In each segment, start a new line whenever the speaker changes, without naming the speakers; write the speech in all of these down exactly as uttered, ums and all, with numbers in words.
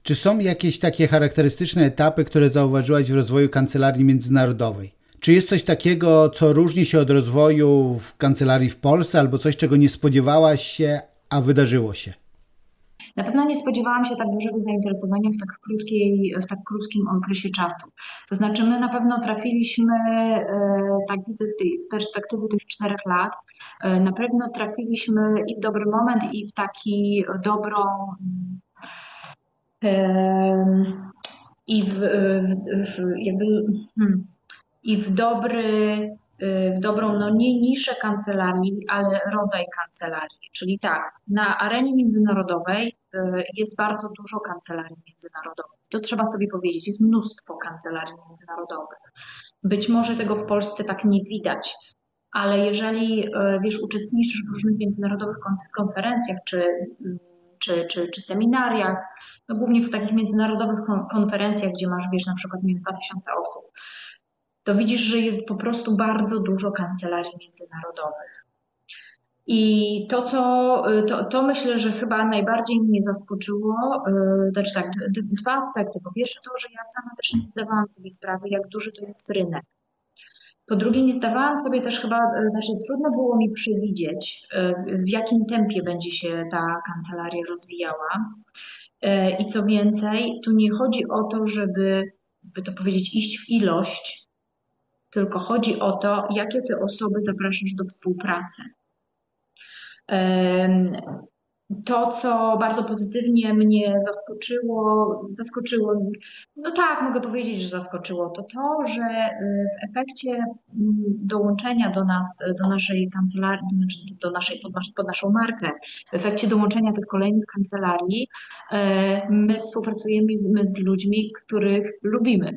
Czy są jakieś takie charakterystyczne etapy, które zauważyłaś w rozwoju kancelarii międzynarodowej? Czy jest coś takiego, co różni się od rozwoju w kancelarii w Polsce, albo coś, czego nie spodziewałaś się, a wydarzyło się?
Na pewno nie spodziewałam się tak dużego zainteresowania w tak krótkiej, w tak krótkim okresie czasu. To znaczy my na pewno trafiliśmy, e, tak widzę z tej z perspektywy tych czterech lat, e, na pewno trafiliśmy i w dobry moment, i w taki dobrą, e, i w, w, jakby, hmm, i w dobry, y, w dobrą, no nie niszę kancelarii, ale rodzaj kancelarii. Czyli tak, na arenie międzynarodowej y, jest bardzo dużo kancelarii międzynarodowych. To trzeba sobie powiedzieć, jest mnóstwo kancelarii międzynarodowych. Być może tego w Polsce tak nie widać, ale jeżeli, y, wiesz, uczestniczysz w różnych międzynarodowych konferencjach czy, mm, czy, czy, czy seminariach, no głównie w takich międzynarodowych konferencjach, gdzie masz, wiesz, na przykład, nie wiem, dwa tysiące osób, to widzisz, że jest po prostu bardzo dużo kancelarii międzynarodowych. I to, co, to, to myślę, że chyba najbardziej mnie zaskoczyło, yy, znaczy tak, d- dwa aspekty. Po pierwsze to, że ja sama też nie zdawałam sobie sprawy, jak duży to jest rynek. Po drugie, nie zdawałam sobie też chyba, yy, znaczy trudno było mi przewidzieć, yy, w jakim tempie będzie się ta kancelaria rozwijała. Yy, I co więcej, tu nie chodzi o to, żeby, by to powiedzieć, iść w ilość, tylko chodzi o to, jakie ty osoby zapraszasz do współpracy. To, co bardzo pozytywnie mnie zaskoczyło, zaskoczyło, no tak, mogę powiedzieć, że zaskoczyło, to to, że w efekcie dołączenia do nas, do naszej kancelarii, znaczy do naszej, pod, nas, pod naszą markę, w efekcie dołączenia tych kolejnych kancelarii, my współpracujemy z, my z ludźmi, których lubimy.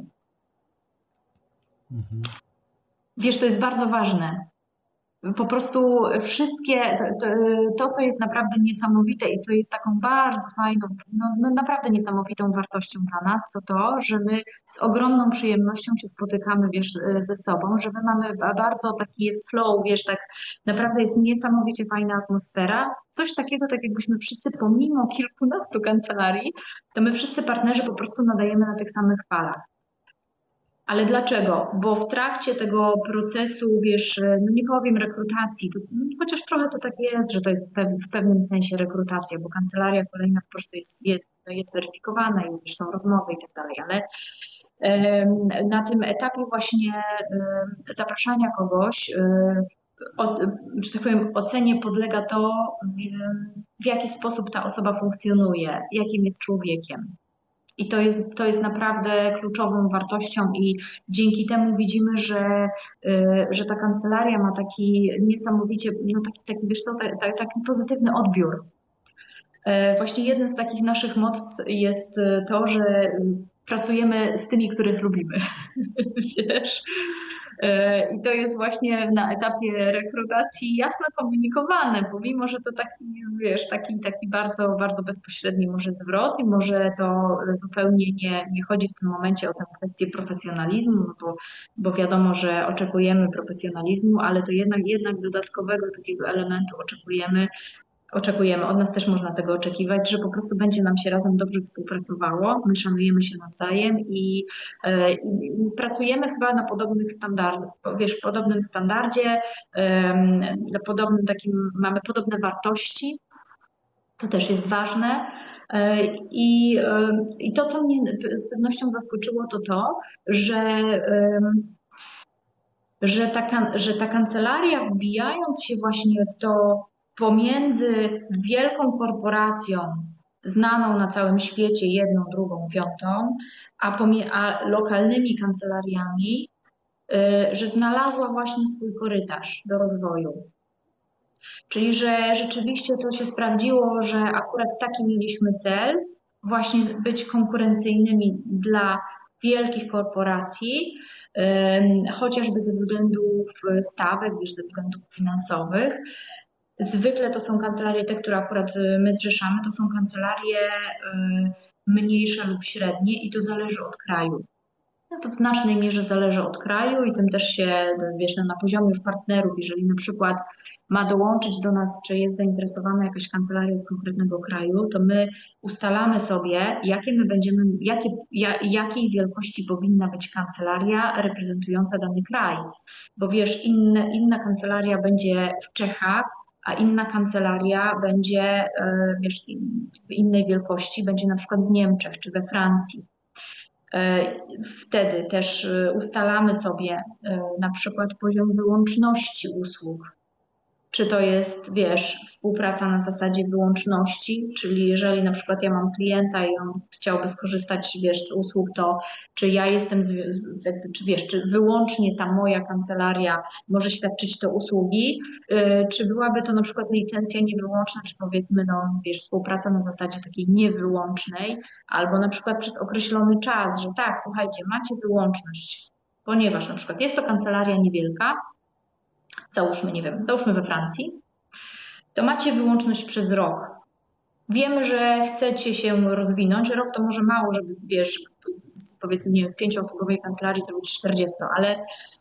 Mhm.
Wiesz, to jest bardzo ważne. Po prostu wszystkie, to, to, co jest naprawdę niesamowite i co jest taką bardzo fajną, no, no naprawdę niesamowitą wartością dla nas, to to, że my z ogromną przyjemnością się spotykamy, wiesz, ze sobą, że my mamy bardzo taki jest flow, wiesz, tak naprawdę jest niesamowicie fajna atmosfera. Coś takiego, tak jakbyśmy wszyscy pomimo kilkunastu kancelarii, to my wszyscy partnerzy po prostu nadajemy na tych samych falach. Ale dlaczego? Bo w trakcie tego procesu, wiesz, no nie powiem rekrutacji, to, no chociaż trochę to tak jest, że to jest w pewnym sensie rekrutacja, bo kancelaria kolejna po prostu jest, jest, jest weryfikowana, jest, wiesz, są rozmowy i tak dalej, ale na tym etapie właśnie zapraszania kogoś, że tak powiem, ocenie podlega to, w jaki sposób ta osoba funkcjonuje, jakim jest człowiekiem. I to jest, to jest naprawdę kluczową wartością i dzięki temu widzimy, że, że ta kancelaria ma taki niesamowicie, no taki, taki, wiesz co, taki pozytywny odbiór. Właśnie jeden z takich naszych moc jest to, że pracujemy z tymi, których lubimy. Wiesz? I to jest właśnie na etapie rekrutacji jasno komunikowane, pomimo że to taki jest, wiesz, taki, taki bardzo, bardzo bezpośredni może zwrot i może to zupełnie nie, nie chodzi w tym momencie o tę kwestię profesjonalizmu, no bo, bo wiadomo, że oczekujemy profesjonalizmu, ale to jednak, jednak dodatkowego takiego elementu oczekujemy, Oczekujemy, od nas też można tego oczekiwać, że po prostu będzie nam się razem dobrze współpracowało, my szanujemy się nawzajem i, e, i pracujemy chyba na podobnych standardach, wiesz, w podobnym standardzie, na podobnym takim, mamy podobne wartości, to też jest ważne. E, I, e, I to, co mnie z pewnością zaskoczyło, to to, że że ta, że ta kancelaria, wbijając się właśnie w to pomiędzy wielką korporacją, znaną na całym świecie, jedną, drugą, piątą, a, pomie- a lokalnymi kancelariami, y, że znalazła właśnie swój korytarz do rozwoju. Czyli, że rzeczywiście to się sprawdziło, że akurat taki mieliśmy cel, właśnie być konkurencyjnymi dla wielkich korporacji, chociażby ze względów stawek, wiesz, ze względów finansowych. Zwykle to są kancelarie, te, które akurat my zrzeszamy, to są kancelarie mniejsze lub średnie i to zależy od kraju. No to w znacznej mierze zależy od kraju i tym też się, wiesz, no, na poziomie już partnerów, jeżeli na przykład ma dołączyć do nas, czy jest zainteresowana jakaś kancelaria z konkretnego kraju, to my ustalamy sobie, jakie my będziemy, jakie, ja, jakiej wielkości powinna być kancelaria reprezentująca dany kraj. Bo wiesz, inne, inna kancelaria będzie w Czechach, a inna kancelaria będzie, e, wiesz, w innej wielkości, będzie na przykład w Niemczech czy we Francji. Wtedy też ustalamy sobie na przykład poziom wyłączności usług. Czy to jest, wiesz, współpraca na zasadzie wyłączności, czyli jeżeli na przykład ja mam klienta i on chciałby skorzystać, wiesz, z usług, to czy ja jestem, czy wiesz, czy wyłącznie ta moja kancelaria może świadczyć te usługi, czy byłaby to na przykład licencja niewyłączna, czy powiedzmy, no wiesz, współpraca na zasadzie takiej niewyłącznej, albo na przykład przez określony czas, że tak, słuchajcie, macie wyłączność, ponieważ na przykład jest to kancelaria niewielka, załóżmy, nie wiem, załóżmy we Francji, to macie wyłączność przez rok. Wiemy, że chcecie się rozwinąć, że rok to może mało, żeby, wiesz, powiedzmy, nie wiem, z pięcioosobowej kancelarii zrobić czterdzieści, ale,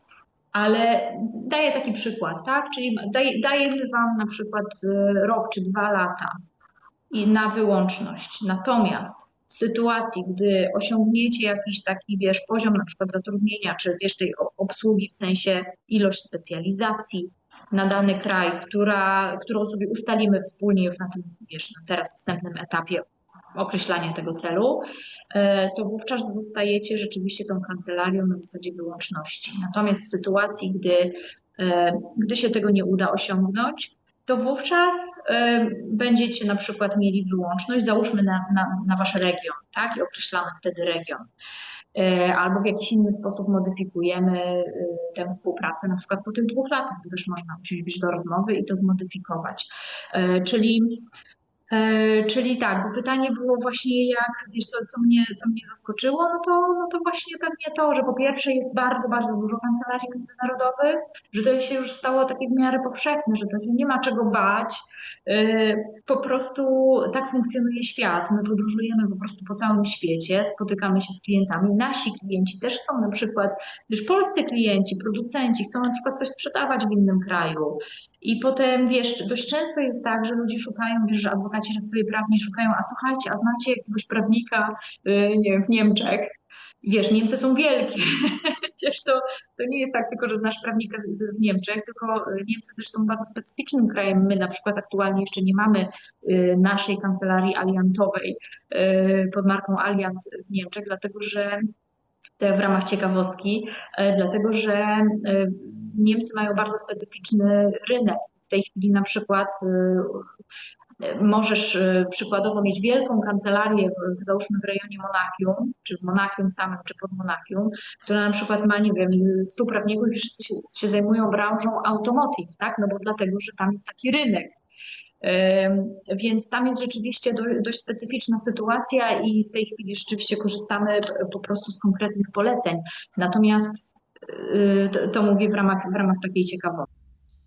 ale daję taki przykład, tak? Czyli daj, dajemy Wam na przykład rok czy dwa lata i na wyłączność. Natomiast w sytuacji, gdy osiągniecie jakiś taki, wiesz, poziom na przykład zatrudnienia, czy wiesz, tej obsługi, w sensie ilość specjalizacji na dany kraj, która, którą sobie ustalimy wspólnie już na tym, wiesz, na teraz wstępnym etapie określania tego celu, to wówczas zostajecie rzeczywiście tą kancelarią na zasadzie wyłączności. Natomiast w sytuacji, gdy, gdy się tego nie uda osiągnąć, to wówczas y, będziecie na przykład mieli wyłączność, załóżmy na, na, na wasz region, tak? I określamy wtedy region. Y, albo w jakiś inny sposób modyfikujemy y, tę współpracę, na przykład po tych dwóch latach, gdy też można usiąść do rozmowy i to zmodyfikować. Y, czyli E, czyli tak, bo pytanie było właśnie jak, wiesz co, co mnie, co mnie zaskoczyło, no to, no to właśnie pewnie to, że po pierwsze jest bardzo, bardzo dużo kancelarii międzynarodowych, że to się już stało takie w miarę powszechne, że to się nie ma czego bać, e, po prostu tak funkcjonuje świat, my podróżujemy po prostu po całym świecie, spotykamy się z klientami, nasi klienci też chcą na przykład, wiesz, polscy klienci, producenci chcą na przykład coś sprzedawać w innym kraju. I potem, wiesz, dość często jest tak, że ludzie szukają, wiesz, że adwokaci radcowie prawni szukają, a słuchajcie, a znacie jakiegoś prawnika, nie wiem, w Niemczech? Wiesz, Niemcy są wielkie. Wiesz, to, to nie jest tak tylko, że znasz prawnika w Niemczech, tylko Niemcy też są bardzo specyficznym krajem. My na przykład aktualnie jeszcze nie mamy naszej kancelarii aliantowej pod marką Allianz w Niemczech, dlatego że w ramach ciekawostki, dlatego że Niemcy mają bardzo specyficzny rynek. W tej chwili na przykład możesz przykładowo mieć wielką kancelarię, załóżmy w rejonie Monachium, czy w Monachium samym, czy pod Monachium, która na przykład ma, nie wiem, stu prawników i wszyscy się, się zajmują branżą automotive, tak? No bo dlatego, że tam jest taki rynek. Więc tam jest rzeczywiście dość specyficzna sytuacja i w tej chwili rzeczywiście korzystamy po prostu z konkretnych poleceń. Natomiast to, to mówię w ramach, w ramach takiej ciekawostki.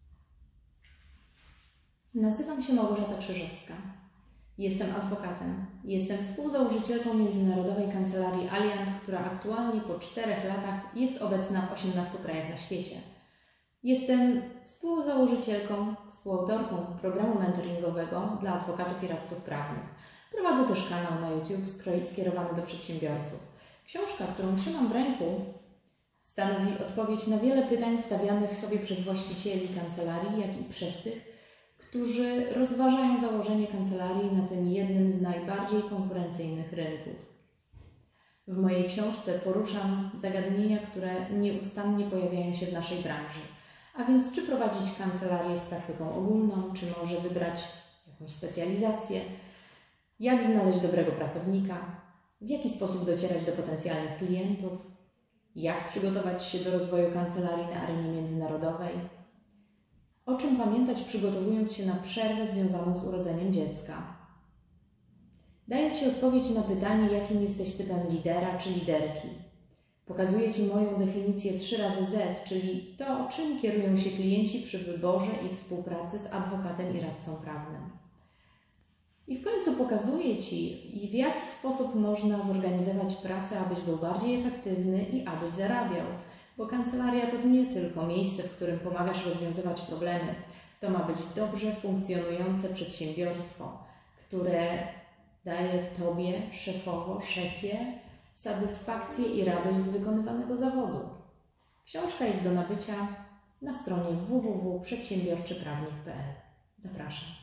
Nazywam się Małgorzata Krzyżewska. Jestem adwokatem. Jestem współzałożycielką międzynarodowej kancelarii Alliant, która aktualnie po czterech latach jest obecna w osiemnastu krajach na świecie. Jestem współzałożycielką, współautorką programu mentoringowego dla adwokatów i radców prawnych. Prowadzę też kanał na YouTube skierowany do przedsiębiorców. Książka, którą trzymam w ręku, stanowi odpowiedź na wiele pytań stawianych sobie przez właścicieli kancelarii, jak i przez tych, którzy rozważają założenie kancelarii na tym jednym z najbardziej konkurencyjnych rynków. W mojej książce poruszam zagadnienia, które nieustannie pojawiają się w naszej branży. A więc czy prowadzić kancelarię z praktyką ogólną, czy może wybrać jakąś specjalizację, jak znaleźć dobrego pracownika, w jaki sposób docierać do potencjalnych klientów, jak przygotować się do rozwoju kancelarii na arenie międzynarodowej, o czym pamiętać przygotowując się na przerwę związaną z urodzeniem dziecka. Daję Ci odpowiedź na pytanie, jakim jesteś typem lidera czy liderki. Pokazuję Ci moją definicję trzy razy Z, czyli to, czym kierują się klienci przy wyborze i współpracy z adwokatem i radcą prawnym. I w końcu pokazuje Ci, w jaki sposób można zorganizować pracę, abyś był bardziej efektywny i abyś zarabiał. Bo kancelaria to nie tylko miejsce, w którym pomagasz rozwiązywać problemy. To ma być dobrze funkcjonujące przedsiębiorstwo, które daje Tobie, szefowo, szefie, satysfakcję i radość z wykonywanego zawodu. Książka jest do nabycia na stronie w w w kropka przedsiębiorczy prawnik kropka p l. Zapraszam.